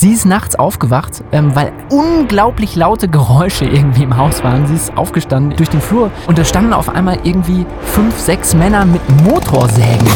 Sie ist nachts aufgewacht, weil unglaublich laute Geräusche irgendwie im Haus waren. Sie ist aufgestanden durch den Flur und da standen auf einmal irgendwie 5, 6 Männer mit Motorsägen.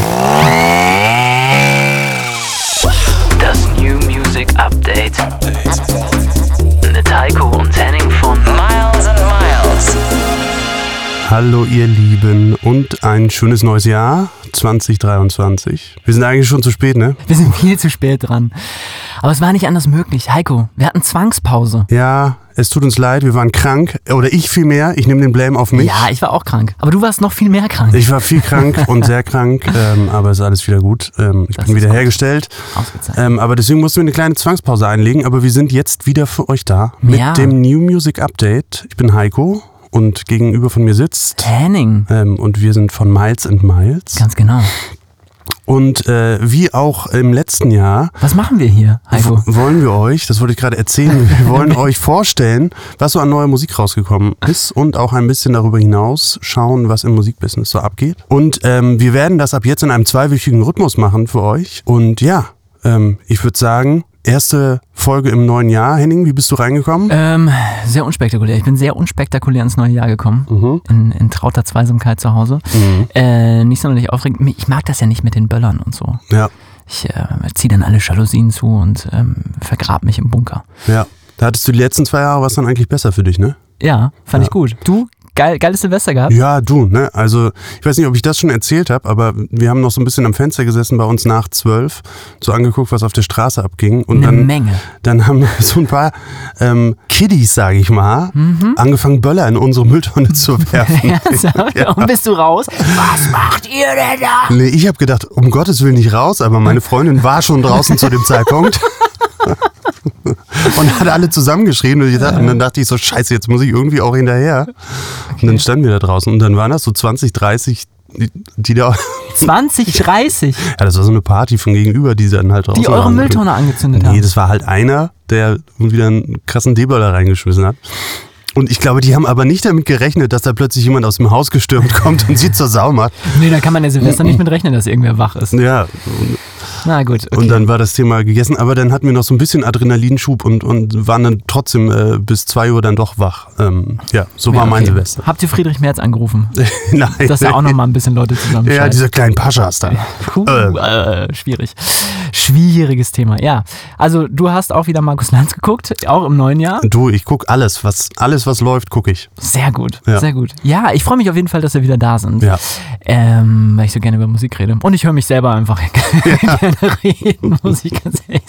Das New Music Update. Mit Heiko und Henning von Miles & Miles. Hallo ihr Lieben und ein schönes neues Jahr 2023. Wir sind eigentlich schon zu spät, ne? Wir sind viel zu spät dran. Aber es war nicht anders möglich. Heiko, wir hatten Zwangspause. Ja, es tut uns leid, wir waren krank. Oder ich viel mehr, ich nehme den Blame auf mich. Ja, ich war auch krank. Aber du warst noch viel mehr krank. Ich war viel krank und sehr krank, aber es ist alles wieder gut. Ich bin wieder hergestellt. Ausgezeichnet. Aber deswegen mussten wir eine kleine Zwangspause einlegen. Aber wir sind jetzt wieder für euch da mit dem New Music Update. Ich bin Heiko. Und gegenüber von mir sitzt Henning. Und wir sind von Miles & Miles. Ganz genau. Und wie auch im letzten Jahr. Was machen wir hier, Heiko? Wollen wir euch, das wollte ich gerade erzählen, wir wollen euch vorstellen, was so an neuer Musik rausgekommen ist und auch ein bisschen darüber hinaus schauen, was im Musikbusiness so abgeht. Und wir werden das ab jetzt in einem 2-wöchigen Rhythmus machen für euch. Und ja, ich würde sagen, erste Folge im neuen Jahr. Henning, wie bist du reingekommen? Sehr unspektakulär. Ich bin sehr unspektakulär ins neue Jahr gekommen. In trauter Zweisamkeit zu Hause. Nicht sonderlich aufregend. Ich mag das ja nicht mit den Böllern und so. Ja. Ich ziehe dann alle Jalousien zu und vergrab mich im Bunker. Ja. Da hattest du die letzten 2 Jahre, was dann eigentlich besser für dich, ne? Ja, fand ich gut. Du? Geiles Silvester gehabt? Ja, du, ne? Also, ich weiß nicht, ob ich das schon erzählt habe, aber wir haben noch so ein bisschen am Fenster gesessen bei uns nach 12, so angeguckt, was auf der Straße abging. Und Eine Menge. Dann haben so ein paar Kiddies, sage ich mal, angefangen, Böller in unsere Mülltonne zu werfen. Ja. Und bist du raus? Was macht ihr denn da? Nee, ich habe gedacht, um Gottes Willen nicht raus, aber meine Freundin war schon draußen zu dem Zeitpunkt. Und hat alle zusammengeschrien und dann dachte ich so, scheiße, jetzt muss ich irgendwie auch hinterher. Okay. Und dann standen wir da draußen und dann waren das so 20, 30, die da... 20, 30? Ja, das war so eine Party von gegenüber, die dann halt draußen... Die eure Mülltonne angezündet haben? Nee, das war halt einer, der wieder einen krassen D-Böller reingeschmissen hat. Und ich glaube, die haben aber nicht damit gerechnet, dass da plötzlich jemand aus dem Haus gestürmt kommt und sie zur Sau macht. Nee, da kann man ja Silvester nicht mit rechnen, dass irgendwer wach ist. Ja. Na gut, okay. Und dann war das Thema gegessen, aber dann hatten wir noch so ein bisschen Adrenalinschub und waren dann trotzdem bis 2 Uhr dann doch wach. Ja, so war mein Silvester. Habt ihr Friedrich Merz angerufen? Nein. Dass da auch noch mal ein bisschen Leute zusammenschalten. Ja, diese kleinen Paschas da. Schwierig. Schwieriges Thema, ja. Also du hast auch wieder Markus Lanz geguckt, auch im neuen Jahr. Du, ich gucke alles, was läuft, gucke ich. Sehr gut, sehr gut. Ja, ich freue mich auf jeden Fall, dass wir wieder da sind. Ja. Weil ich so gerne über Musik rede. Und ich höre mich selber einfach gerne reden, muss ich ganz ehrlich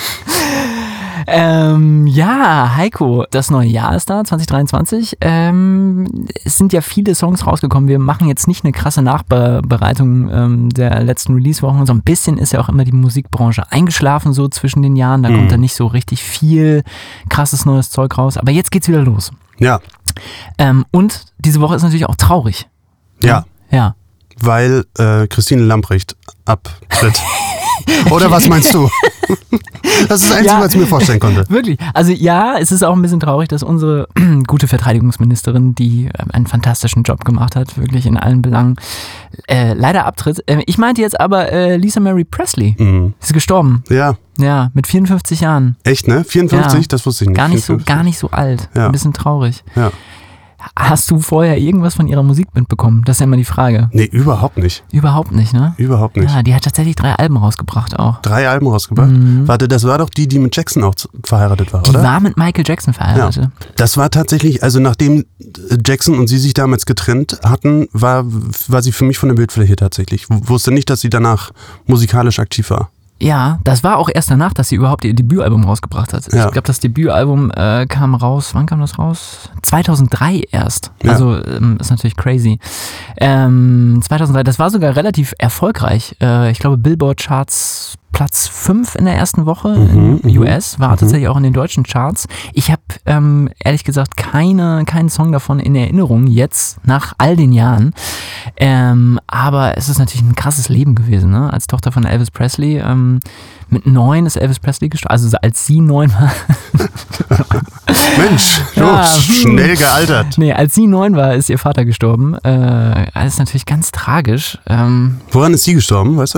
sagen. Ja, Heiko, das neue Jahr ist da, 2023. Es sind ja viele Songs rausgekommen. Wir machen jetzt nicht eine krasse Nachbereitung der letzten Release-Wochen. So ein bisschen ist ja auch immer die Musikbranche eingeschlafen so zwischen den Jahren. Da kommt dann nicht so richtig viel krasses neues Zeug raus. Aber jetzt geht's wieder los. Ja. Und diese Woche ist natürlich auch traurig. Ja. Ja. Weil Christine Lamprecht abtritt. Oder was meinst du? Das ist das Einzige, was ich mir vorstellen konnte. Wirklich. Also ja, es ist auch ein bisschen traurig, dass unsere gute Verteidigungsministerin, die einen fantastischen Job gemacht hat, wirklich in allen Belangen, leider abtritt. Ich meinte jetzt aber Lisa Marie Presley. Ist gestorben. Ja. Ja, mit 54 Jahren. Echt, ne? 54? Ja. Das wusste ich nicht. Gar nicht so alt. Ja. Ein bisschen traurig. Ja. Hast du vorher irgendwas von ihrer Musik mitbekommen? Das ist ja immer die Frage. Nee, überhaupt nicht. Überhaupt nicht, ne? Überhaupt nicht. Ja, die hat tatsächlich 3 Alben rausgebracht auch. 3 Alben rausgebracht? Warte, das war doch die mit Jackson auch verheiratet war, oder? Die war mit Michael Jackson verheiratet. Ja. Das war tatsächlich, also nachdem Jackson und sie sich damals getrennt hatten, war sie für mich von der Bildfläche tatsächlich. Wusste nicht, dass sie danach musikalisch aktiv war. Ja, das war auch erst danach, dass sie überhaupt ihr Debütalbum rausgebracht hat. Ja. Ich glaube, das Debütalbum kam raus, wann kam das raus? 2003 erst. Ja. Also ist natürlich crazy. 2003, das war sogar relativ erfolgreich. Ich glaube, Billboard-Charts Platz 5 in der ersten Woche in US, war tatsächlich auch in den deutschen Charts. Ich habe ehrlich gesagt keinen Song davon in Erinnerung jetzt, nach all den Jahren. Aber es ist natürlich ein krasses Leben gewesen, ne? Als Tochter von Elvis Presley. Mit 9 ist Elvis Presley gestorben, also als sie 9 war. Mensch, schnell gealtert. Nee, als sie 9 war, ist ihr Vater gestorben. Das ist natürlich ganz tragisch. Woran ist sie gestorben, weißt du das?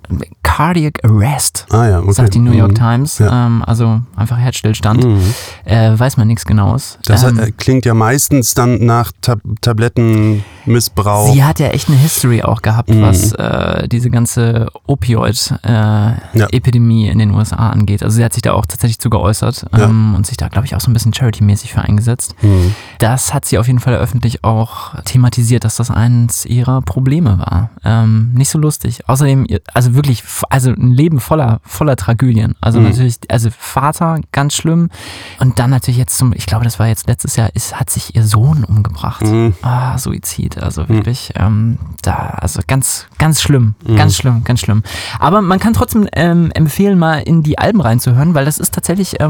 Cardiac Arrest, okay. sagt die New York Times. Ja. Also einfach Herzstillstand. Weiß man nichts Genaues. Das klingt ja meistens dann nach Tablettenmissbrauch. Sie hat ja echt eine History auch gehabt, was diese ganze Opioid-Epidemie in den USA angeht. Also sie hat sich da auch tatsächlich zu geäußert und sich da, glaube ich, auch so ein bisschen charity-mäßig für eingesetzt. Das hat sie auf jeden Fall öffentlich auch thematisiert, dass das eins ihrer Probleme war. Nicht so lustig. Außerdem, also wirklich, also ein Leben voller Tragödien. Also natürlich, also Vater, ganz schlimm. Und dann natürlich jetzt ich glaube, das war jetzt letztes Jahr, hat sich ihr Sohn umgebracht. Suizid, also wirklich, also ganz, ganz schlimm. Ganz schlimm, ganz schlimm. Aber man kann trotzdem empfehlen, mal in die Alben reinzuhören, weil das ist tatsächlich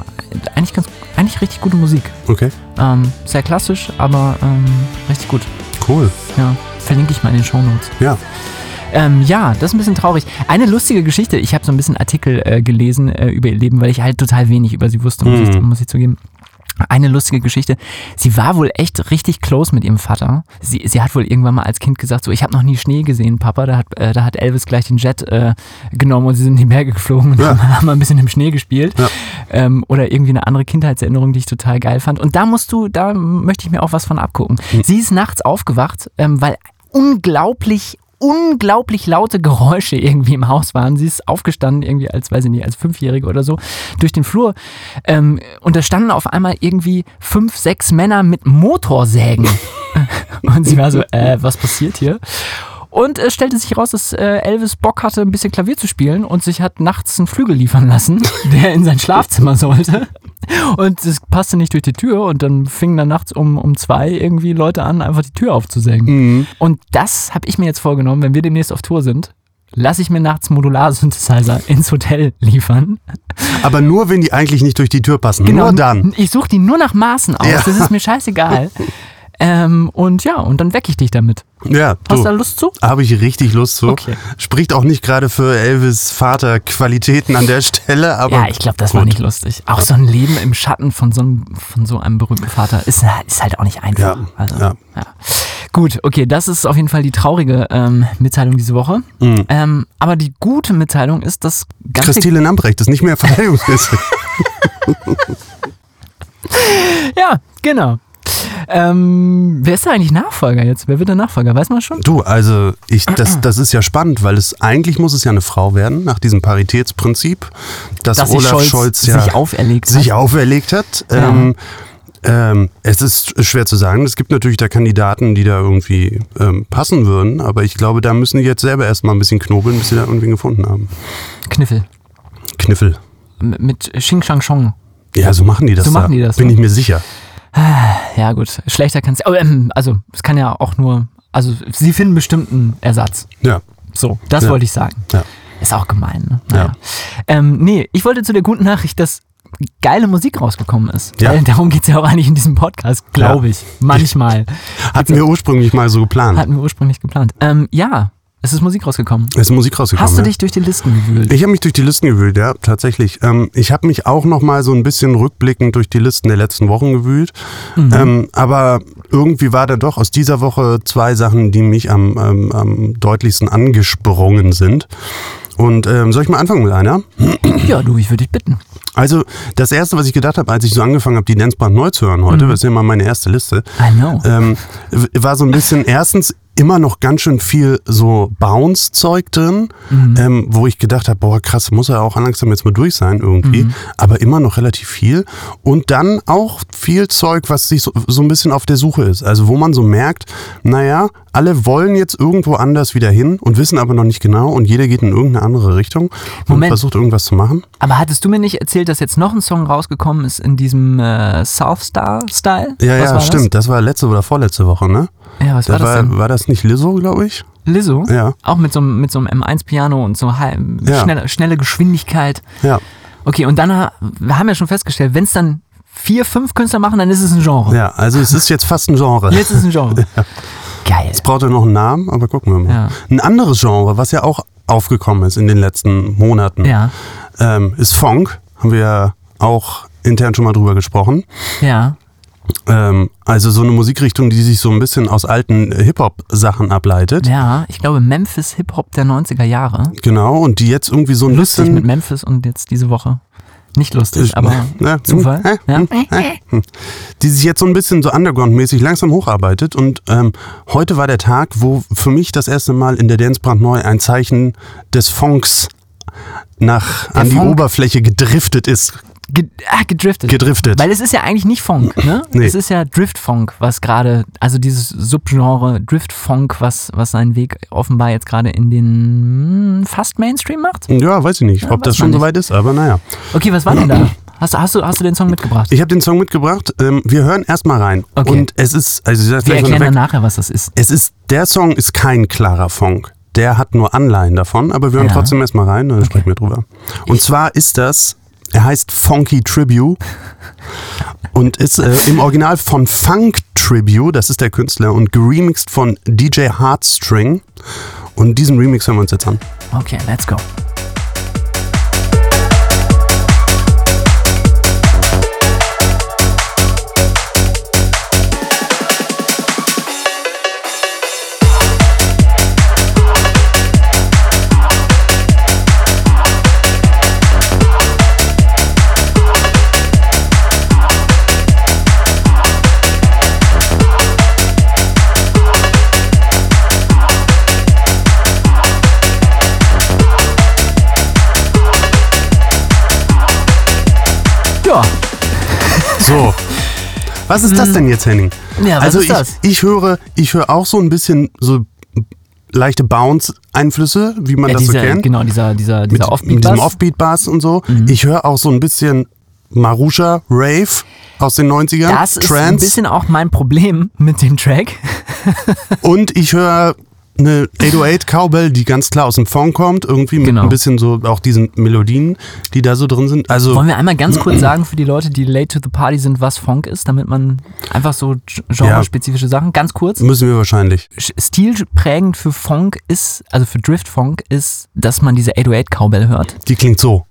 eigentlich richtig gute Musik. Okay. Sehr klassisch, aber richtig gut. Cool. Ja, verlinke ich mal in den Shownotes. Ja. Ja, das ist ein bisschen traurig. Eine lustige Geschichte, ich habe so ein bisschen Artikel gelesen über ihr Leben, weil ich halt total wenig über sie wusste, muss ich zugeben. Eine lustige Geschichte. Sie war wohl echt richtig close mit ihrem Vater. Sie hat wohl irgendwann mal als Kind gesagt, so, ich habe noch nie Schnee gesehen, Papa. Da hat Elvis gleich den Jet genommen und sie sind in die Berge geflogen und haben mal ein bisschen im Schnee gespielt. Ja. Oder irgendwie eine andere Kindheitserinnerung, die ich total geil fand. Und da möchte ich mir auch was von abgucken. Sie ist nachts aufgewacht, weil unglaublich laute Geräusche irgendwie im Haus waren. Sie ist aufgestanden, irgendwie als 5-Jährige oder so, durch den Flur. Und da standen auf einmal irgendwie 5, 6 Männer mit Motorsägen. Und sie war so, was passiert hier? Und es stellte sich raus, dass Elvis Bock hatte, ein bisschen Klavier zu spielen und sich hat nachts einen Flügel liefern lassen, der in sein Schlafzimmer sollte. Und es passte nicht durch die Tür und dann fingen dann nachts um 2 irgendwie Leute an, einfach die Tür aufzusägen. Und das habe ich mir jetzt vorgenommen, wenn wir demnächst auf Tour sind, lasse ich mir nachts Modular-Synthesizer ins Hotel liefern. Aber nur, wenn die eigentlich nicht durch die Tür passen. Genau, nur dann. Ich suche die nur nach Maßen aus, das ist mir scheißegal. Und dann wecke ich dich damit. Ja, hast du da Lust zu? Habe ich richtig Lust zu. Okay. Spricht auch nicht gerade für Elvis Vater Qualitäten an der Stelle, aber. Ja, ich glaube, das war nicht lustig. Auch so ein Leben im Schatten von so einem berühmten Vater ist halt auch nicht einfach. Ja. Gut, okay, das ist auf jeden Fall die traurige Mitteilung diese Woche. Aber die gute Mitteilung ist, dass Christine Lambrecht ist nicht mehr Verteidigungsministerin. Ja, genau. Wer ist da eigentlich Nachfolger jetzt? Wer wird der Nachfolger? Weiß man schon? Du, also das ist ja spannend, weil eigentlich muss es ja eine Frau werden, nach diesem Paritätsprinzip, das Olaf Scholz ja sich auferlegt hat. Ja. Es ist schwer zu sagen. Es gibt natürlich da Kandidaten, die da irgendwie passen würden, aber ich glaube, da müssen die jetzt selber erstmal ein bisschen knobeln, bis sie da irgendwie gefunden haben. Kniffel. Mit Xing Shang Chong. Ja, so machen die das. Bin ich mir sicher. Ja gut, schlechter kann es. Also es kann ja auch nur. Also sie finden bestimmt einen Ersatz. Ja. So, das wollte ich sagen. Ja. Ist auch gemein, ne? Naja. Ich wollte zu der guten Nachricht, dass geile Musik rausgekommen ist. Ja. Weil darum geht es ja auch eigentlich in diesem Podcast, glaube ich. Manchmal. Hatten wir ursprünglich mal so geplant. Es ist Musik rausgekommen. Hast du dich durch die Listen gewühlt? Ich habe mich durch die Listen gewühlt, ja, tatsächlich. Ich habe mich auch noch mal so ein bisschen rückblickend durch die Listen der letzten Wochen gewühlt. Aber irgendwie war da doch aus dieser Woche 2 Sachen, die mich am deutlichsten angesprungen sind. Und soll ich mal anfangen mit einer? Ja, ich würde dich bitten. Also das Erste, was ich gedacht habe, als ich so angefangen habe, die Dance neu zu hören heute, das ist ja mal meine erste Liste, I know. War so ein bisschen erstens immer noch ganz schön viel so Bounce-Zeug drin, wo ich gedacht habe, boah krass, muss ja auch langsam jetzt mal durch sein irgendwie, aber immer noch relativ viel. Und dann auch viel Zeug, was sich so ein bisschen auf der Suche ist. Also wo man so merkt, naja, alle wollen jetzt irgendwo anders wieder hin und wissen aber noch nicht genau und jeder geht in irgendeine andere Richtung und versucht irgendwas zu machen. Aber hattest du mir nicht erzählt, dass jetzt noch ein Song rausgekommen ist in diesem Southstar-Style? Ja, stimmt. Das war letzte oder vorletzte Woche, ne? Ja, was war das denn? War das nicht Lizzo, glaube ich? Lizzo? Ja. Auch mit so einem M1-Piano und so schnelle Geschwindigkeit. Ja. Okay, und dann wir haben ja schon festgestellt, wenn es dann 4, 5 Künstler machen, dann ist es ein Genre. Ja, also es ist jetzt fast ein Genre. Jetzt ist es ein Genre. Ja. Geil. Es braucht ja noch einen Namen, aber gucken wir mal. Ja. Ein anderes Genre, was ja auch aufgekommen ist in den letzten Monaten, ist Funk. Haben wir ja auch intern schon mal drüber gesprochen. Ja. Also so eine Musikrichtung, die sich so ein bisschen aus alten Hip-Hop-Sachen ableitet. Ja, ich glaube Memphis Hip-Hop der 90er Jahre. Genau, und die jetzt irgendwie so ein Lustig bisschen... mit Memphis und jetzt diese Woche. Nicht lustig, aber Zufall. Ja. Die sich jetzt so ein bisschen so underground-mäßig langsam hocharbeitet. Und heute war der Tag, wo für mich das erste Mal in der Dance brandneu ein Zeichen des Funks an die Oberfläche gedriftet ist. Gedriftet. Weil es ist ja eigentlich nicht Funk, ne? Nee. Es ist ja Drift-Funk, was gerade, also dieses Subgenre Drift-Funk, was seinen Weg offenbar jetzt gerade in den fast Mainstream macht. Ja, weiß ich nicht, ob das schon soweit ist, aber naja. Okay, was war denn da? Hast du den Song mitgebracht? Ich habe den Song mitgebracht. Wir hören erstmal rein. Okay. Und es ist, also wir erklären dann nachher, was das ist. Der Song ist kein klarer Funk. Der hat nur Anleihen davon, aber wir hören trotzdem erstmal rein und dann sprechen wir drüber. Und zwar ist das, er heißt Funky Tribute und ist im Original von Funk Tribute, das ist der Künstler, und geremixed von DJ Heartstring. Und diesen Remix hören wir uns jetzt an. Okay, let's go. Ja. So. Was ist das denn jetzt, Henning? Ja, was also ist das? Ich höre auch so ein bisschen so leichte Bounce-Einflüsse, wie man das so kennt. Genau, dieser Offbeat-Bass. Mit diesem Offbeat-Bass und so. Ich höre auch so ein bisschen Marusha Rave aus den 90ern. Das ist ein bisschen auch mein Problem mit dem Track. Und ich höre eine 808 Cowbell, die ganz klar aus dem Funk kommt, irgendwie mit ein bisschen so auch diesen Melodien, die da so drin sind. Also wollen wir einmal ganz kurz sagen für die Leute, die late to the party sind, was Funk ist, damit man einfach so genrespezifische Sachen, ganz kurz. Müssen wir wahrscheinlich. Stilprägend für Funk ist, also für Drift Funk ist, dass man diese 808 Cowbell hört. Die klingt so.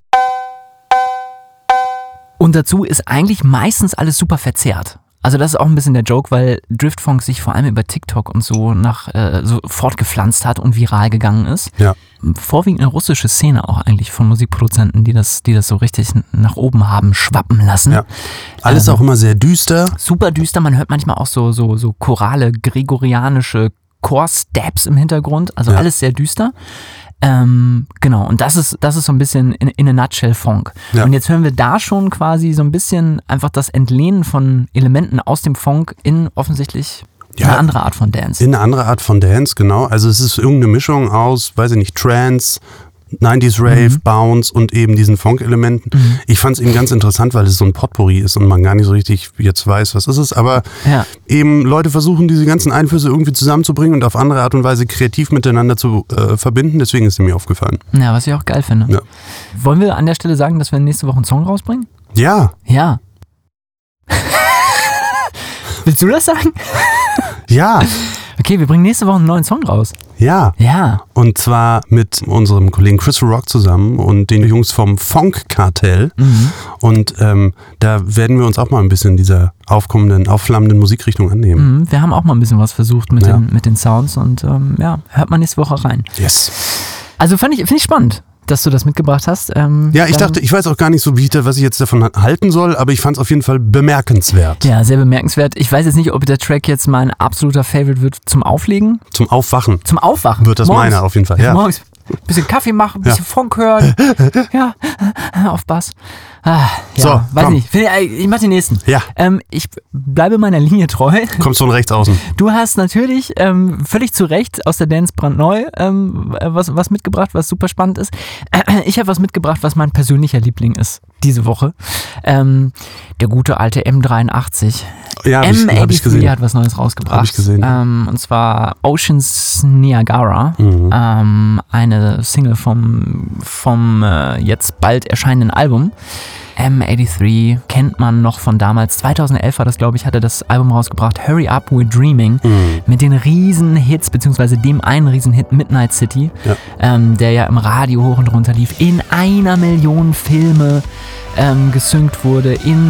Und dazu ist eigentlich meistens alles super verzerrt. Also das ist auch ein bisschen der Joke, weil Driftfunk sich vor allem über TikTok und so so fortgepflanzt hat und viral gegangen ist. Ja. Vorwiegend eine russische Szene auch eigentlich von Musikproduzenten, die das so richtig nach oben haben schwappen lassen. Ja. Alles auch immer sehr düster. Super düster, man hört manchmal auch so chorale, gregorianische Chor-Steps im Hintergrund, also alles sehr düster. Genau, und das ist so ein bisschen in a nutshell Funk. Ja. Und jetzt hören wir da schon quasi so ein bisschen einfach das Entlehnen von Elementen aus dem Funk in offensichtlich eine andere Art von Dance. In eine andere Art von Dance, genau. Also es ist irgendeine Mischung aus, weiß ich nicht, Trance, 90s Rave, Bounce und eben diesen Funk-Elementen. Ich fand es eben ganz interessant, weil es so ein Potpourri ist und man gar nicht so richtig jetzt weiß, was ist es. Aber eben Leute versuchen, diese ganzen Einflüsse irgendwie zusammenzubringen und auf andere Art und Weise kreativ miteinander zu verbinden. Deswegen ist es mir aufgefallen. Ja, was ich auch geil finde. Ja. Wollen wir an der Stelle sagen, dass wir nächste Woche einen Song rausbringen? Ja. Ja. Willst du das sagen? Ja. Okay, wir bringen nächste Woche einen neuen Song raus. Ja. Ja. Und zwar mit unserem Kollegen Chris Rock zusammen und den Jungs vom Funk-Kartell. Und da werden wir uns auch mal ein bisschen dieser aufflammenden Musikrichtung annehmen. Wir haben auch mal ein bisschen was versucht mit den Sounds und hört mal nächste Woche rein. Yes. Also finde ich spannend, dass du das mitgebracht hast. Ich dachte, ich weiß auch gar nicht so, was ich jetzt davon halten soll, aber ich fand es auf jeden Fall bemerkenswert. Ja, sehr bemerkenswert. Ich weiß jetzt nicht, ob der Track jetzt mein absoluter Favorite wird zum Auflegen. Zum Aufwachen. Zum Aufwachen. Wird das meiner auf jeden Fall, ja. Morgens ein bisschen Kaffee machen, ein bisschen Funk hören. Ja, auf Bass. So, weiß nicht. Ich mach den nächsten. Ja. Ich bleibe meiner Linie treu. Kommst du von rechts außen? Du hast natürlich völlig zu Recht aus der Dance brandneu was mitgebracht, was super spannend ist. Ich habe was mitgebracht, was mein persönlicher Liebling ist diese Woche. Der gute alte M83. Ja, hab ich gesehen. Hat was Neues rausgebracht. Hab ich gesehen. Und zwar Oceans Niagara. Eine Single vom jetzt bald erscheinenden Album. M83 kennt man noch von damals. 2011 war das, glaube ich, hat er das Album rausgebracht. Hurry Up, We're Dreaming. Mit den riesen Hits, beziehungsweise dem einen riesen Hit Midnight City, der ja im Radio hoch und runter lief. In 1 Million Filme gesynkt wurde, in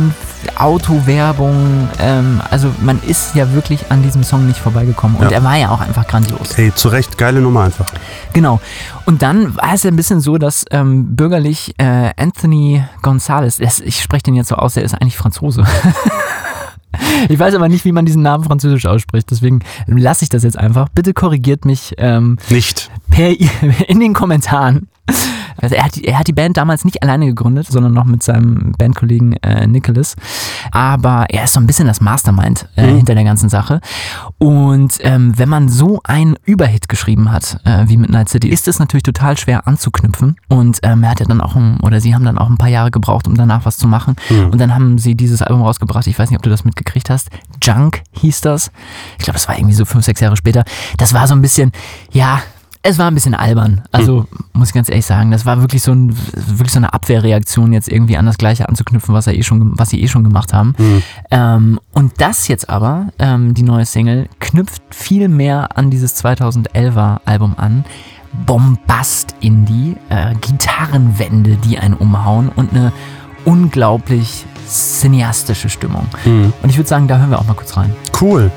Autowerbung, also man ist ja wirklich an diesem Song nicht vorbeigekommen und er war ja auch einfach grandios. Hey, zu Recht, geile Nummer einfach. Genau. Und dann war es ja ein bisschen so, dass bürgerlich Anthony Gonzalez, ich spreche den jetzt so aus, der ist eigentlich Franzose. Ich weiß aber nicht, wie man diesen Namen französisch ausspricht, deswegen lasse ich das jetzt einfach. Bitte korrigiert mich Nicht in den Kommentaren. Also er hat die Band damals nicht alleine gegründet, sondern noch mit seinem Bandkollegen Nicholas. Aber er ist so ein bisschen das Mastermind hinter der ganzen Sache. Und wenn man so einen Überhit geschrieben hat, wie Midnight City, ist es natürlich total schwer anzuknüpfen. Und er hat ja dann auch, sie haben dann auch ein paar Jahre gebraucht, um danach was zu machen. Und dann haben sie dieses Album rausgebracht. Ich weiß nicht, ob du das mitgekriegt hast. Junk hieß das. Ich glaube, das war irgendwie so 5-6 Jahre später. Das war so ein bisschen, es war ein bisschen albern. Also muss ich ganz ehrlich sagen, das war wirklich so eine Abwehrreaktion, jetzt irgendwie an das Gleiche anzuknüpfen, was sie eh schon gemacht haben. Und das jetzt aber, die neue Single, knüpft viel mehr an dieses 2011er Album an. Bombast-Indie, Gitarrenwände, die einen umhauen und eine unglaublich cineastische Stimmung. Und ich würde sagen, da hören wir auch mal kurz rein. Cool.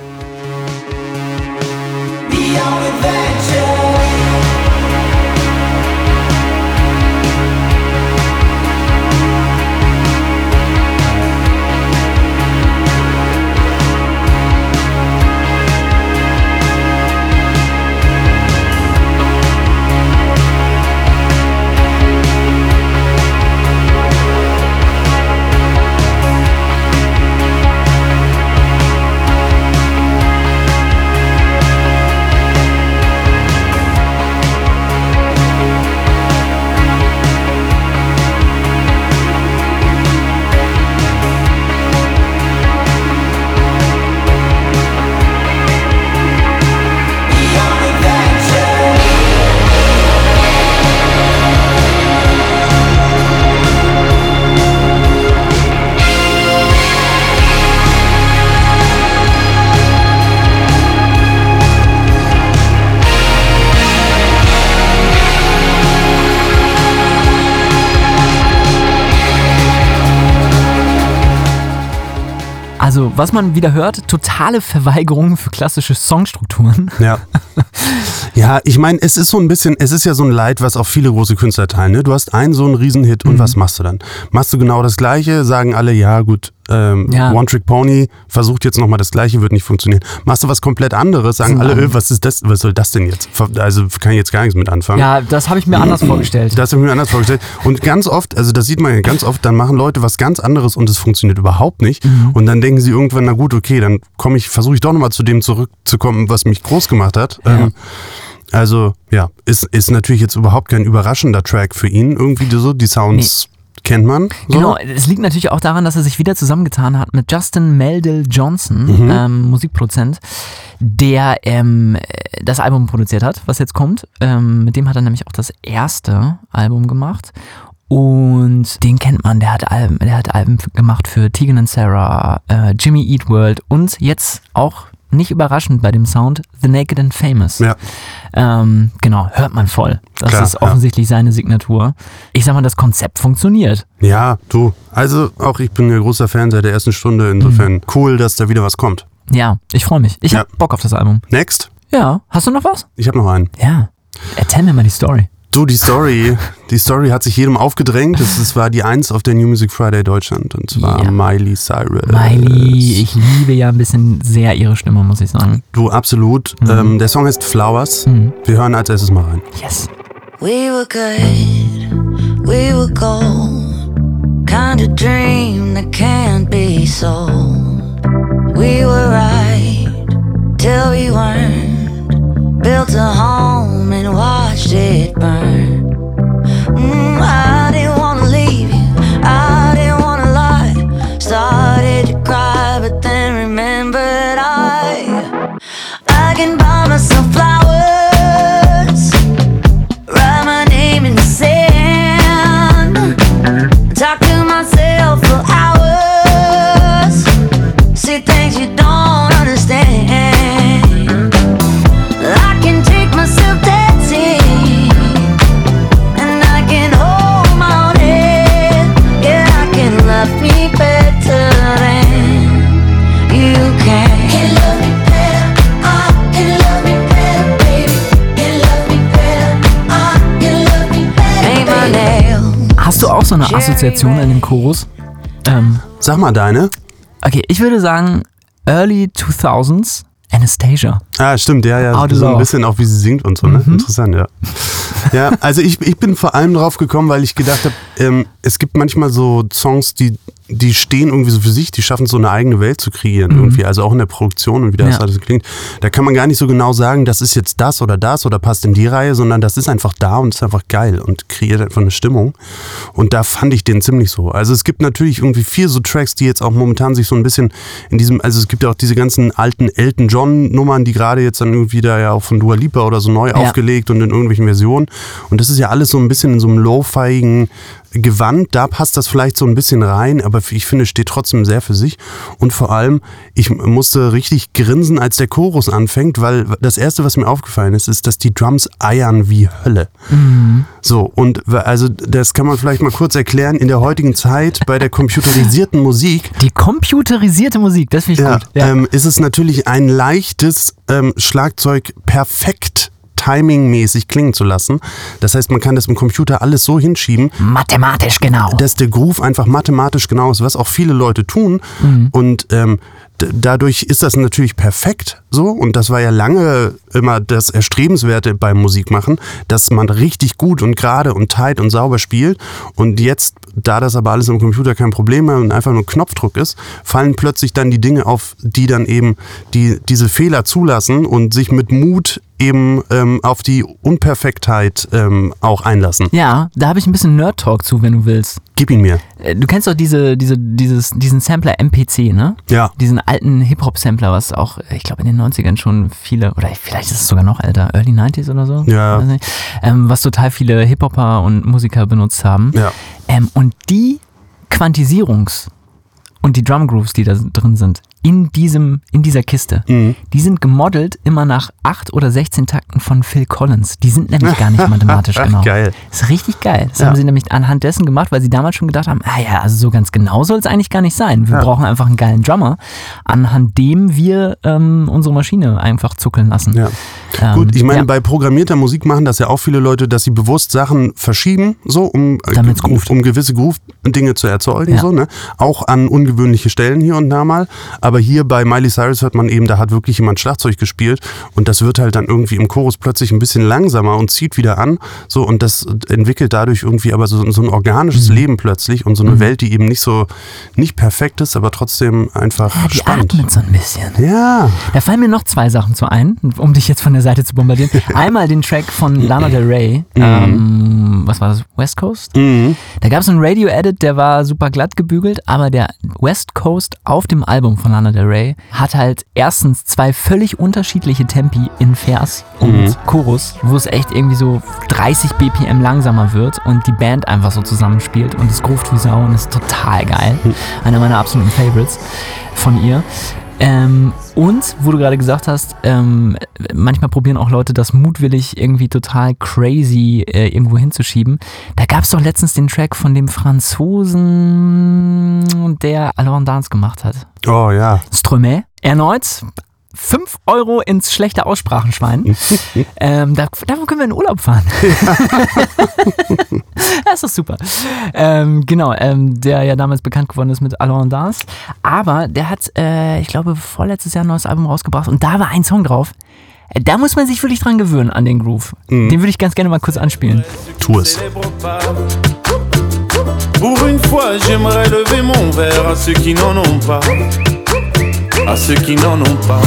Also, was man wieder hört, totale Verweigerung für klassische Songstrukturen. Ja. Ja, ich meine, es ist ja so ein Leid, was auch viele große Künstler teilen. Ne? Du hast einen so einen Riesenhit und was machst du dann? Machst du genau das Gleiche, sagen alle, ja gut, One-Trick-Pony, versucht jetzt nochmal das Gleiche, wird nicht funktionieren. Machst du was komplett anderes, sagen alle, was ist das, was soll das denn jetzt? Also kann ich jetzt gar nichts mit anfangen. Ja, das habe ich mir anders vorgestellt. Das habe ich mir anders vorgestellt. Und ganz oft, also das sieht man ja ganz oft, dann machen Leute was ganz anderes und es funktioniert überhaupt nicht. Und dann denken sie irgendwann, na gut, okay, dann versuche ich doch nochmal zu dem zurückzukommen, was mich groß gemacht hat. Ja. Also, ja, ist natürlich jetzt überhaupt kein überraschender Track für ihn. Irgendwie so, die Sounds kennt man. So. Genau, es liegt natürlich auch daran, dass er sich wieder zusammengetan hat mit Justin Meldal Johnson, Musikproduzent, der das Album produziert hat, was jetzt kommt. Mit dem hat er nämlich auch das erste Album gemacht. Und den kennt man, der hat Alben gemacht für Tegan and Sara, Jimmy Eat World und jetzt auch nicht überraschend bei dem Sound, The Naked and Famous. Ja. Genau, hört man voll. Das ist offensichtlich seine Signatur. Ich sag mal, das Konzept funktioniert. Ja, du. Also auch ich bin ein großer Fan seit der ersten Stunde. Insofern cool, dass da wieder was kommt. Ja, ich freue mich. Ich hab Bock auf das Album. Next? Ja. Hast du noch was? Ich habe noch einen. Ja. Erzähl mir mal die Story. Du, die Story hat sich jedem aufgedrängt. Das war die 1 auf der New Music Friday Deutschland und zwar Miley Cyrus. Miley, ich liebe ja ein bisschen sehr ihre Stimme, muss ich sagen. Du, absolut. Der Song heißt Flowers. Wir hören als erstes mal rein. Yes. We were good, we were gold, kind of dream that can't be sold. We were right till we weren't, built a home and watched it burn. I didn't wanna leave you, I didn't wanna lie. Started to cry, but then remembered I can buy myself flowers, write my name in the sand, talk to myself for hours, see things you don't understand. I can take myself dancing, and I can hold my own head. Yeah, I can love me better than so eine Assoziation in dem Chorus. Sag mal deine. Okay, ich würde sagen Early 2000s Anastasia. Ah, stimmt, ja, Out of so ein Love. bisschen auch, wie sie singt und so, ne? Interessant, ja. Ja, also ich bin vor allem drauf gekommen, weil ich gedacht habe, es gibt manchmal so Songs, die stehen irgendwie so für sich, die schaffen so eine eigene Welt zu kreieren irgendwie, also auch in der Produktion und wie das alles klingt. Da kann man gar nicht so genau sagen, das ist jetzt das oder passt in die Reihe, sondern das ist einfach da und ist einfach geil und kreiert einfach eine Stimmung. Und da fand ich den ziemlich so. Also es gibt natürlich irgendwie 4 so Tracks, die jetzt auch momentan sich so ein bisschen in diesem, also es gibt ja auch diese ganzen alten Elton John Nummern, die gerade jetzt dann irgendwie da ja auch von Dua Lipa oder so neu aufgelegt und in irgendwelchen Versionen. Und das ist ja alles so ein bisschen in so einem lo-fiigen Gewand, da passt das vielleicht so ein bisschen rein, aber ich finde, es steht trotzdem sehr für sich. Und vor allem, ich musste richtig grinsen, als der Chorus anfängt, weil das Erste, was mir aufgefallen ist, dass die Drums eiern wie Hölle. So, und also das kann man vielleicht mal kurz erklären, in der heutigen Zeit bei der computerisierten Musik. Die computerisierte Musik, das finde ich gut. Ja. Ist es natürlich ein leichtes Schlagzeug perfekt timingmäßig klingen zu lassen. Das heißt, man kann das im Computer alles so hinschieben, Mathematisch genau. dass der Groove einfach mathematisch genau ist, was auch viele Leute tun. Und dadurch ist das natürlich perfekt so. Und das war ja lange immer das Erstrebenswerte beim Musikmachen, dass man richtig gut und gerade und tight und sauber spielt. Und jetzt, da das aber alles im Computer kein Problem mehr und einfach nur Knopfdruck ist, fallen plötzlich dann die Dinge auf, die dann eben diese Fehler zulassen und sich mit Mut eben auf die Unperfektheit auch einlassen. Ja, da habe ich ein bisschen Nerd-Talk zu, wenn du willst. Gib ihn mir. Du kennst doch diesen Sampler MPC, ne? Ja. Diesen alten Hip-Hop-Sampler, was auch, ich glaube, in den 90ern schon viele, oder vielleicht ist es sogar noch älter, Early 90s oder so? Ja. Weiß nicht. Was total viele Hip-Hopper und Musiker benutzt haben. Ja. Und die Quantisierungs- und die Drum-Grooves, die da drin sind, in dieser Kiste, die sind gemodelt immer nach 8 oder 16 Takten von Phil Collins. Die sind nämlich gar nicht mathematisch genau. Geil. Das ist richtig geil. Das haben sie nämlich anhand dessen gemacht, weil sie damals schon gedacht haben, also so ganz genau soll es eigentlich gar nicht sein. Wir brauchen einfach einen geilen Drummer, anhand dem wir unsere Maschine einfach zuckeln lassen. Ja. Gut, ich meine, bei programmierter Musik machen das ja auch viele Leute, dass sie bewusst Sachen verschieben, so um gewisse Groove-Dinge zu erzeugen, so, ne? Auch an ungewöhnliche Stellen hier und da mal. Aber hier bei Miley Cyrus hört man eben, da hat wirklich jemand Schlagzeug gespielt und das wird halt dann irgendwie im Chorus plötzlich ein bisschen langsamer und zieht wieder an, so, und das entwickelt dadurch irgendwie aber so ein organisches Leben plötzlich und so eine Welt, die eben nicht perfekt ist, aber trotzdem einfach spannend. Die atmet so ein bisschen. Ja. Da fallen mir noch 2 Sachen zu ein, um dich jetzt von der Seite zu bombardieren. Einmal den Track von Lana Del Rey, was war das, West Coast? Da gab es einen Radio-Edit, der war super glatt gebügelt, aber der West Coast auf dem Album von Lana Del Rey hat halt erstens 2 völlig unterschiedliche Tempi in Vers und Chorus, wo es echt irgendwie so 30 BPM langsamer wird und die Band einfach so zusammenspielt und es groovt wie Sau und ist total geil. Einer meiner absoluten Favorites von ihr. Und, wo du gerade gesagt hast, manchmal probieren auch Leute das mutwillig irgendwie total crazy irgendwo hinzuschieben. Da gab es doch letztens den Track von dem Franzosen, der Alors Dance gemacht hat. Oh ja. Stromae. Erneut 5 € ins schlechte Aussprachenschwein. Davon können wir in Urlaub fahren. Das ist doch super. Genau, der ja damals bekannt geworden ist mit Alors Dance. Aber der hat, ich glaube, vorletztes Jahr ein neues Album rausgebracht und da war ein Song drauf. Da muss man sich wirklich dran gewöhnen, an den Groove. Den würde ich ganz gerne mal kurz anspielen. Tu es. Pour une fois, j'aimerais lever mon verre à ceux qui n'en ont pas. À ceux qui n'en ont pas.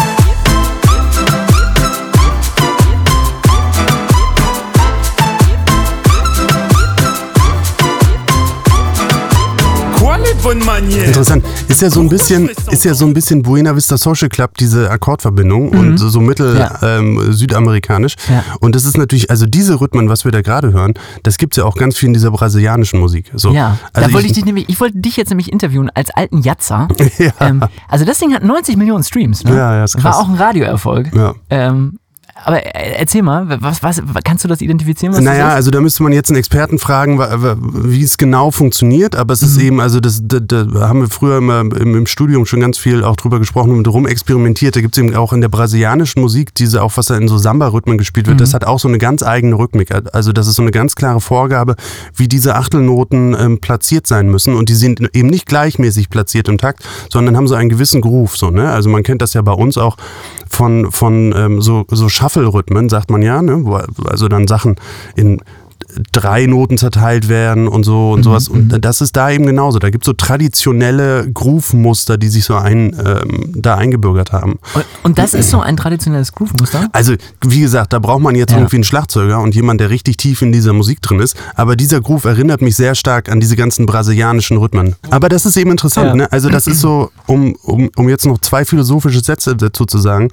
Interessant. Ist ja so ein bisschen Buena Vista Social Club, diese Akkordverbindung und so südamerikanisch. Ja. Und das ist natürlich, also diese Rhythmen, was wir da gerade hören, das gibt's ja auch ganz viel in dieser brasilianischen Musik. So. Ja, also da wollte ich wollte dich jetzt nämlich interviewen als alten Jatzer. Ja. Also das Ding hat 90 Millionen Streams. Ne? Ja, ist krass. War auch ein Radioerfolg. Ja. Aber erzähl mal, was kannst du das identifizieren? Was naja, also da müsste man jetzt einen Experten fragen, wie es genau funktioniert, aber es ist eben, also da haben wir früher immer im Studium schon ganz viel auch drüber gesprochen und rumexperimentiert. Da gibt es eben auch in der brasilianischen Musik auch was da in so Samba-Rhythmen gespielt wird, das hat auch so eine ganz eigene Rhythmik. Also das ist so eine ganz klare Vorgabe, wie diese Achtelnoten platziert sein müssen, und die sind eben nicht gleichmäßig platziert im Takt, sondern haben so einen gewissen Groove, so, ne? Also man kennt das ja bei uns auch von so Shuffle-Rhythmen, sagt man ja, ne? Wo also dann Sachen in 3 Noten zerteilt werden und so und sowas. Und das ist da eben genauso. Da gibt es so traditionelle Groove-Muster, die sich so da eingebürgert haben. Und das ist so ein traditionelles Groove-Muster? Also, wie gesagt, da braucht man jetzt irgendwie einen Schlagzeuger und jemand, der richtig tief in dieser Musik drin ist. Aber dieser Groove erinnert mich sehr stark an diese ganzen brasilianischen Rhythmen. Aber das ist eben interessant, ne? Also das ist so, um jetzt noch 2 philosophische Sätze dazu zu sagen,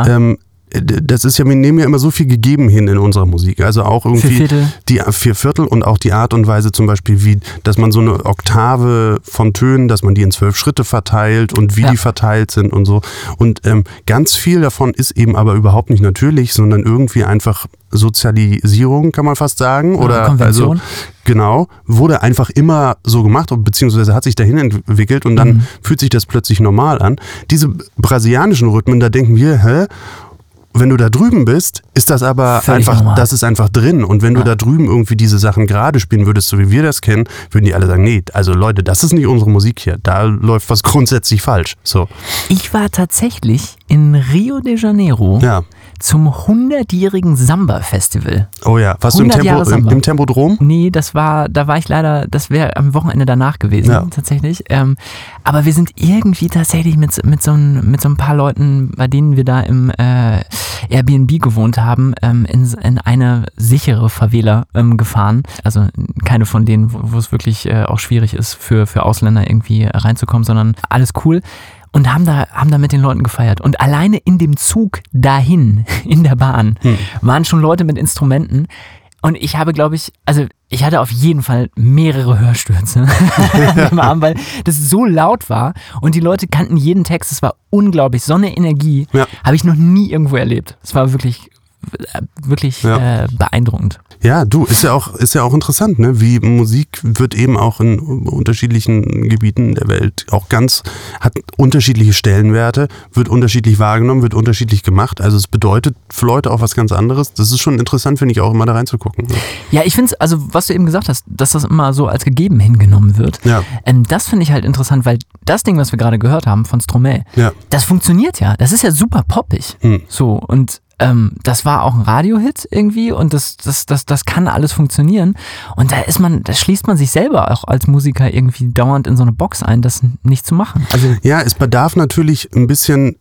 das ist ja, wir nehmen ja immer so viel gegeben hin in unserer Musik. Also auch irgendwie die 4/4 und auch die Art und Weise zum Beispiel, wie, dass man so eine Oktave von Tönen, dass man die in 12 Schritte verteilt und wie die verteilt sind und so. Und ganz viel davon ist eben aber überhaupt nicht natürlich, sondern irgendwie einfach Sozialisierung, kann man fast sagen. Oder Konvention. Also genau, wurde einfach immer so gemacht, beziehungsweise hat sich dahin entwickelt und dann fühlt sich das plötzlich normal an. Diese brasilianischen Rhythmen, da denken wir, wenn du da drüben bist, ist das aber völlig einfach, normal. das ist einfach drin. Und wenn du da drüben irgendwie diese Sachen gerade spielen würdest, so wie wir das kennen, würden die alle sagen, nee, also Leute, das ist nicht unsere Musik hier. Da läuft was grundsätzlich falsch. So. Ich war tatsächlich in Rio de Janeiro zum 100-jährigen Samba-Festival. Oh ja, warst du im Tempodrom? Nee, da war ich leider, das wäre am Wochenende danach gewesen, tatsächlich. Aber wir sind irgendwie tatsächlich mit so ein paar Leuten, bei denen wir da im Airbnb gewohnt haben, in eine sichere Favela gefahren. Also keine von denen, wo es wirklich auch schwierig ist, für Ausländer irgendwie reinzukommen, sondern alles cool. Und haben da mit den Leuten gefeiert. Und alleine in dem Zug dahin, in der Bahn, waren schon Leute mit Instrumenten. Und ich habe, glaube ich, ich hatte auf jeden Fall mehrere Hörstürze am Abend, weil das so laut war und die Leute kannten jeden Text. Es war unglaublich. So eine Energie habe ich noch nie irgendwo erlebt. Es war wirklich beeindruckend. Ja, ist ja auch interessant, ne? Wie Musik wird eben auch in unterschiedlichen Gebieten der Welt hat unterschiedliche Stellenwerte, wird unterschiedlich wahrgenommen, wird unterschiedlich gemacht. Also es bedeutet für Leute auch was ganz anderes. Das ist schon interessant, finde ich, auch immer da reinzugucken. Ne? Ja, ich finde es, also was du eben gesagt hast, dass das immer so als gegeben hingenommen wird, das finde ich halt interessant, weil das Ding, was wir gerade gehört haben von Stromae, das funktioniert ja. Das ist ja super poppig. So, und das war auch ein Radiohit irgendwie und das kann alles funktionieren. Und da schließt man sich selber auch als Musiker irgendwie dauernd in so eine Box ein, das nicht zu machen. Also ja, es bedarf natürlich ein bisschen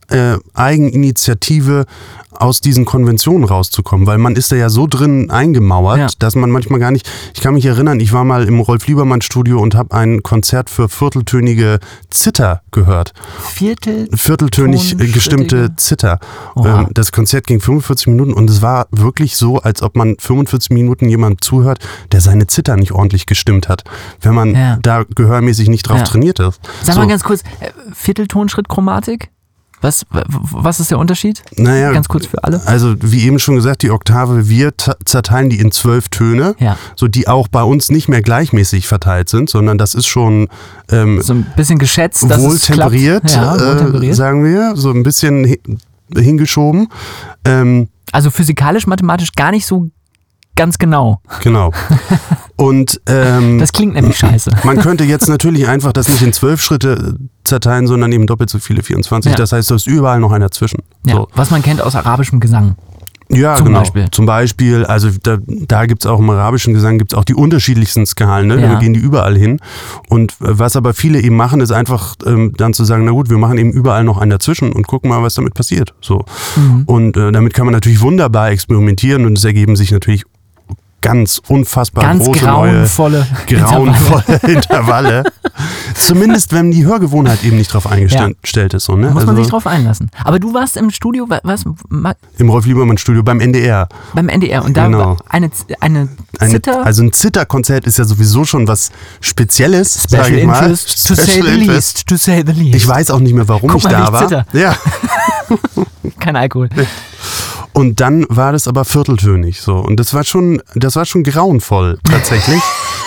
Eigeninitiative, aus diesen Konventionen rauszukommen, weil man ist da ja so drin eingemauert, dass man manchmal gar nicht, ich kann mich erinnern, ich war mal im Rolf-Liebermann-Studio und habe ein Konzert für vierteltönige Zither gehört. Vierteltönig gestimmte Zither. Das Konzert ging 45 Minuten und es war wirklich so, als ob man 45 Minuten jemandem zuhört, der seine Zither nicht ordentlich gestimmt hat, wenn man da gehörmäßig nicht drauf trainiert ist. Sag mal ganz kurz, Vierteltonschrittchromatik? Was ist der Unterschied? Naja, ganz kurz für alle. Also wie eben schon gesagt, die Oktave, wir zerteilen die in 12 Töne, so die auch bei uns nicht mehr gleichmäßig verteilt sind, sondern das ist schon so ein bisschen geschätzt, dass wohl temperiert, sagen wir, so ein bisschen hingeschoben. Also physikalisch, mathematisch gar nicht so ganz genau. Genau. Und das klingt nämlich scheiße. Man könnte jetzt natürlich einfach das nicht in 12 Schritte zerteilen, sondern eben doppelt so viele, 24. Das heißt, da ist überall noch einer zwischen. Ja, so. Was man kennt aus arabischem Gesang. Ja, genau. Zum Beispiel, also da gibt es auch im arabischen Gesang gibt's auch die unterschiedlichsten Skalen, ne? Da gehen die überall hin. Und was aber viele eben machen, ist einfach dann zu sagen, na gut, wir machen eben überall noch einen dazwischen und gucken mal, was damit passiert. So. Und damit kann man natürlich wunderbar experimentieren und es ergeben sich natürlich ganz unfassbar große, grauenvolle Intervalle. Zumindest, wenn die Hörgewohnheit eben nicht drauf eingestellt ist. So, ne? Muss man sich drauf einlassen. Aber du warst im Studio, was? Im Rolf-Liebermann-Studio, beim NDR. Beim NDR. Und da eine Zither? Also ein Zitherkonzert ist ja sowieso schon was Spezielles, sage ich mal. To say the least. Ich weiß auch nicht mehr, warum ich da war. Zither. Ja. Kein Alkohol. Und dann war das aber vierteltönig so. Und das war schon grauenvoll tatsächlich.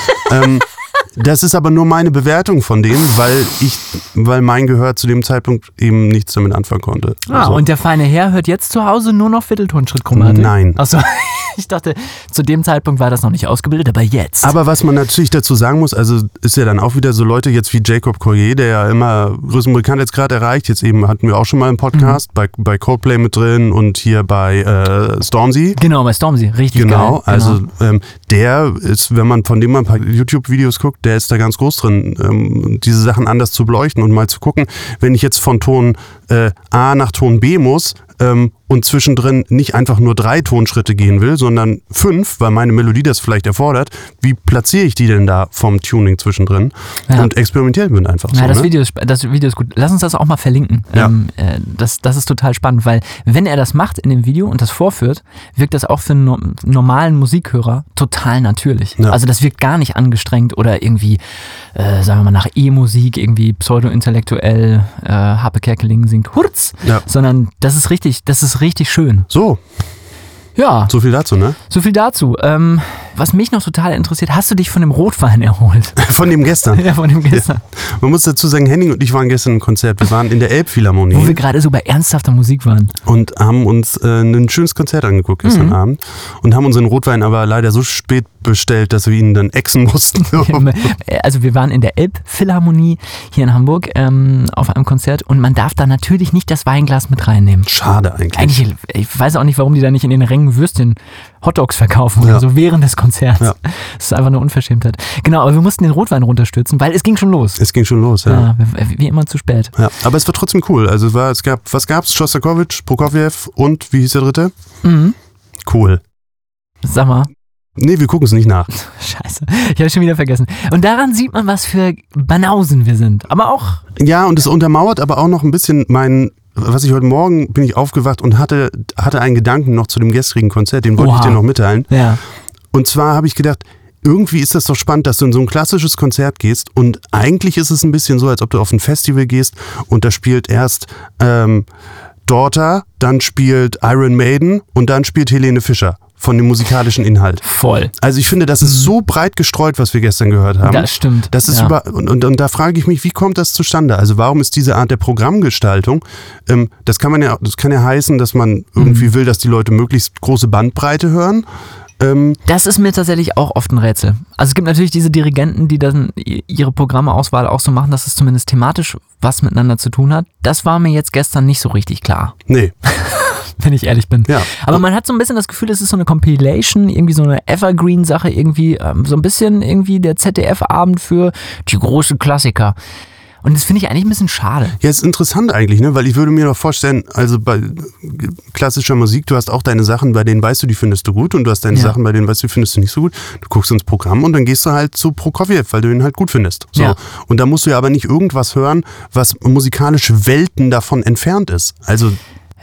Das ist aber nur meine Bewertung von denen, weil mein Gehör zu dem Zeitpunkt eben nichts damit anfangen konnte. Und der feine Herr hört jetzt zu Hause nur noch Vierteltonschrittchromatik? Nein. Achso, ich dachte, zu dem Zeitpunkt war das noch nicht ausgebildet, aber jetzt. Aber was man natürlich dazu sagen muss, also ist ja dann auch wieder so Leute jetzt wie Jacob Collier, der ja immer größeren Bekanntheitsgrad erreicht. Jetzt eben hatten wir auch schon mal einen Podcast bei Coldplay mit drin und hier bei Stormzy. Genau, bei Stormzy, richtig geil. Genau, also der ist, wenn man von dem mal ein paar YouTube-Videos guckt, der ist da ganz groß drin, diese Sachen anders zu beleuchten und mal zu gucken, wenn ich jetzt von Ton A nach Ton B muss und zwischendrin nicht einfach nur 3 Tonschritte gehen will, sondern 5, weil meine Melodie das vielleicht erfordert, wie platziere ich die denn da vom Tuning zwischendrin? Ja. Und experimentieren wir einfach so. Ja, das Video ist gut. Lass uns das auch mal verlinken. Ja. Das ist total spannend, weil wenn er das macht in dem Video und das vorführt, wirkt das auch für einen normalen Musikhörer total natürlich. Ja. Also das wirkt gar nicht angestrengt oder irgendwie, sagen wir mal, nach E-Musik, irgendwie pseudo-intellektuell, Harpe Kerkeling singt Hurz, sondern das ist richtig schön. So. Ja. So viel dazu, ne? So viel dazu. Was mich noch total interessiert, hast du dich von dem Rotwein erholt? Von dem gestern? Ja, von dem gestern. Ja. Man muss dazu sagen, Henning und ich waren gestern im Konzert. Wir waren in der Elbphilharmonie. Wo wir gerade so bei ernsthafter Musik waren. Und haben uns ein schönes Konzert angeguckt gestern Abend. Und haben unseren Rotwein aber leider so spät bestellt, dass wir ihn dann exen mussten. Also wir waren in der Elbphilharmonie hier in Hamburg auf einem Konzert und man darf da natürlich nicht das Weinglas mit reinnehmen. Schade eigentlich. Ich weiß auch nicht, warum die da nicht in den Rängen Würstchen Hotdogs verkaufen oder so während des Konzerts. Ja. Das ist einfach eine Unverschämtheit. Genau, aber wir mussten den Rotwein runterstürzen, weil es ging schon los. Es ging schon los, ja. Wie immer zu spät. Ja, aber es war trotzdem cool. Also was gab's? Schostakowitsch, Prokofjew und wie hieß der dritte? Cool. Sag mal. Nee, wir gucken es nicht nach. Scheiße, ich habe schon wieder vergessen. Und daran sieht man, was für Banausen wir sind. Aber auch... Ja, und es untermauert aber auch noch ein bisschen was ich heute Morgen bin ich aufgewacht und hatte einen Gedanken noch zu dem gestrigen Konzert, den wollte ich dir noch mitteilen. Ja. Und zwar habe ich gedacht, irgendwie ist das doch spannend, dass du in so ein klassisches Konzert gehst und eigentlich ist es ein bisschen so, als ob du auf ein Festival gehst und da spielt erst Daughter, dann spielt Iron Maiden und dann spielt Helene Fischer. Von dem musikalischen Inhalt. Voll. Also ich finde, das ist so breit gestreut, was wir gestern gehört haben. Das stimmt. Das ist und da frage ich mich, wie kommt das zustande? Also warum ist diese Art der Programmgestaltung, das kann ja heißen, dass man irgendwie will, dass die Leute möglichst große Bandbreite hören. Das ist mir tatsächlich auch oft ein Rätsel. Also es gibt natürlich diese Dirigenten, die dann ihre Programmeauswahl auch so machen, dass es zumindest thematisch was miteinander zu tun hat. Das war mir jetzt gestern nicht so richtig klar. Nee. Wenn ich ehrlich bin. Ja. Aber man hat so ein bisschen das Gefühl, es ist so eine Compilation, irgendwie so eine Evergreen-Sache, irgendwie so ein bisschen irgendwie der ZDF-Abend für die großen Klassiker. Und das finde ich eigentlich ein bisschen schade. Ja, ist interessant eigentlich, ne? Weil ich würde mir doch vorstellen, also bei klassischer Musik, du hast auch deine Sachen, bei denen weißt du, die findest du gut und du hast deine Sachen, bei denen weißt du, die findest du nicht so gut. Du guckst ins Programm und dann gehst du halt zu Prokofjew, weil du ihn halt gut findest. So. Ja. Und da musst du ja aber nicht irgendwas hören, was musikalisch Welten davon entfernt ist. Also...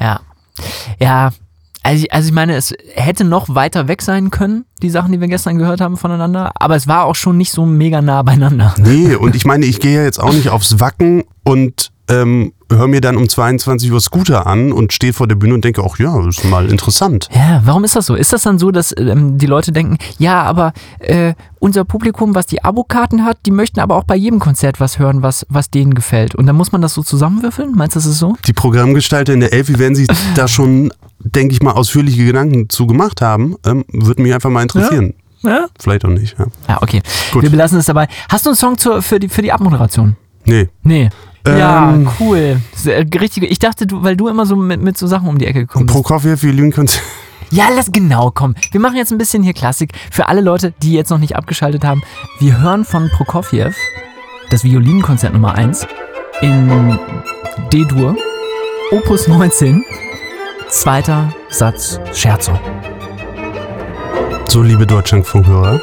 Ja, also ich meine, es hätte noch weiter weg sein können, die Sachen, die wir gestern gehört haben voneinander, aber es war auch schon nicht so mega nah beieinander. Nee, und ich meine, ich gehe ja jetzt auch nicht aufs Wacken und höre mir dann um 22 Uhr Scooter an und stehe vor der Bühne und denke, ach ja, das ist mal interessant. Ja, warum ist das so? Ist das dann so, dass die Leute denken, ja, aber unser Publikum, was die Abokarten hat, die möchten aber auch bei jedem Konzert was hören, was denen gefällt. Und dann muss man das so zusammenwürfeln? Meinst du, das ist so? Die Programmgestalter in der Elfi werden sich da schon, denke ich mal, ausführliche Gedanken zu gemacht haben. Würde mich einfach mal interessieren. Ja? Vielleicht auch nicht. Ja, okay. Gut. Wir belassen es dabei. Hast du einen Song für die Abmoderation? Nee. Ja, cool. Richtig. Ich dachte, weil du immer so mit so Sachen um die Ecke gekommen bist. Prokofjew, Violinkonzert. Ja, komm. Wir machen jetzt ein bisschen hier Klassik. Für alle Leute, die jetzt noch nicht abgeschaltet haben, wir hören von Prokofjew das Violinkonzert Nummer 1 in D-Dur, Opus 19, zweiter Satz Scherzo. So, liebe Deutschlandfunkhörer.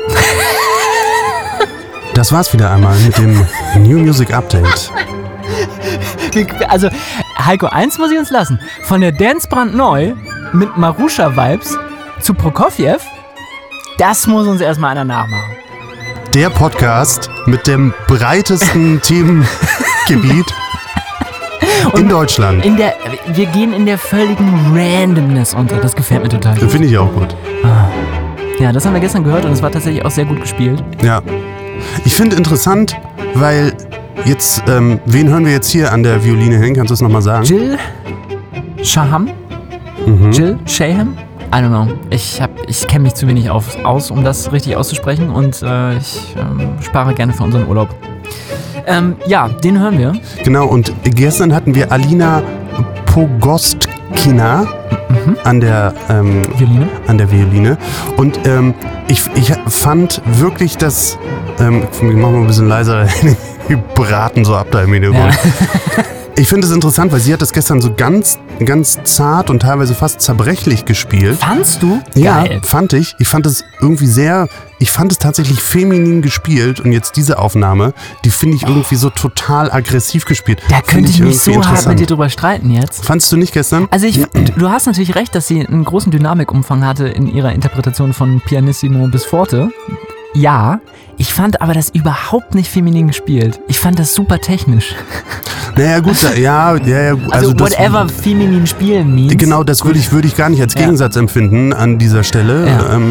Das war's wieder einmal mit dem New Music Update. Also, Heiko, eins muss ich uns lassen. Von der Dance brandneu mit Marusha-Vibes zu Prokofjew, das muss uns erstmal einer nachmachen. Der Podcast mit dem breitesten Themengebiet In Deutschland. Wir gehen in der völligen Randomness unter. Das gefällt mir total Das gut. finde ich auch gut. Ja, das haben wir gestern gehört und es war tatsächlich auch sehr gut gespielt. Ja. Ich finde interessant, weil jetzt, wen hören wir jetzt hier an der Violine hin? Kannst du das nochmal sagen? Jill Shaham? Jill Shaham? I don't know. Ich kenne mich zu wenig aus, um das richtig auszusprechen und ich spare gerne für unseren Urlaub. Ja, den hören wir. Genau, und gestern hatten wir Alina Pogostkina an der Violine. Und ich fand wirklich, dass wir machen mal ein bisschen leiser, die braten so ab da im Hintergrund. Ja. Ich finde es interessant, weil sie hat das gestern so ganz zart und teilweise fast zerbrechlich gespielt. Fandst du? Ja, Geil. fand ich. Ich fand es irgendwie ich fand es tatsächlich feminin gespielt und jetzt diese Aufnahme, die finde ich irgendwie so total aggressiv gespielt. Da könnte ich mich so hart mit dir drüber streiten jetzt. Fandst du nicht gestern? Also du hast natürlich recht, dass sie einen großen Dynamikumfang hatte in ihrer Interpretation von Pianissimo bis Forte. Ja, ich fand aber das überhaupt nicht feminin gespielt. Ich fand das super technisch. Naja, gut, ja. Also whatever feminin spielen means. Genau, das würde ich gar nicht als Gegensatz empfinden an dieser Stelle.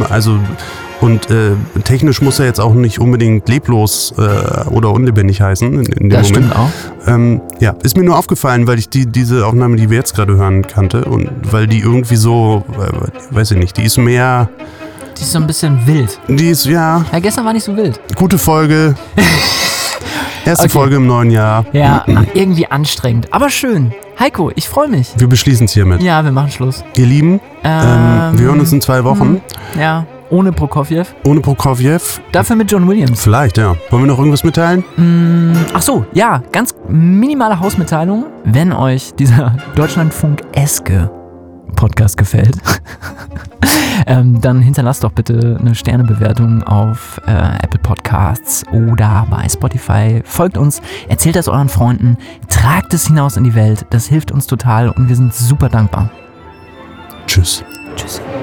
Ja. Technisch muss er jetzt auch nicht unbedingt leblos oder unlebendig heißen in dem das Moment. Stimmt auch. Ist mir nur aufgefallen, weil ich diese Aufnahme, die wir jetzt gerade hören, kannte und weil die irgendwie so, weiß ich nicht, die ist mehr... Die ist so ein bisschen wild. Die ist, ja... Ja, gestern war nicht so wild. Gute Folge. Erste Folge im neuen Jahr. Ja, irgendwie anstrengend, aber schön. Heiko, ich freue mich. Wir beschließen es hiermit. Ja, wir machen Schluss. Ihr Lieben, wir hören uns in 2 Wochen. Ja, ohne Prokofjew. Ohne Prokofjew. Dafür mit John Williams. Vielleicht, ja. Wollen wir noch irgendwas mitteilen? Ach so, ja, ganz minimale Hausmitteilung. Wenn euch dieser Deutschlandfunk-eske Podcast gefällt, dann hinterlasst doch bitte eine Sternebewertung auf Apple Podcasts oder bei Spotify. Folgt uns, erzählt das euren Freunden, tragt es hinaus in die Welt. Das hilft uns total und wir sind super dankbar. Tschüss. Tschüss.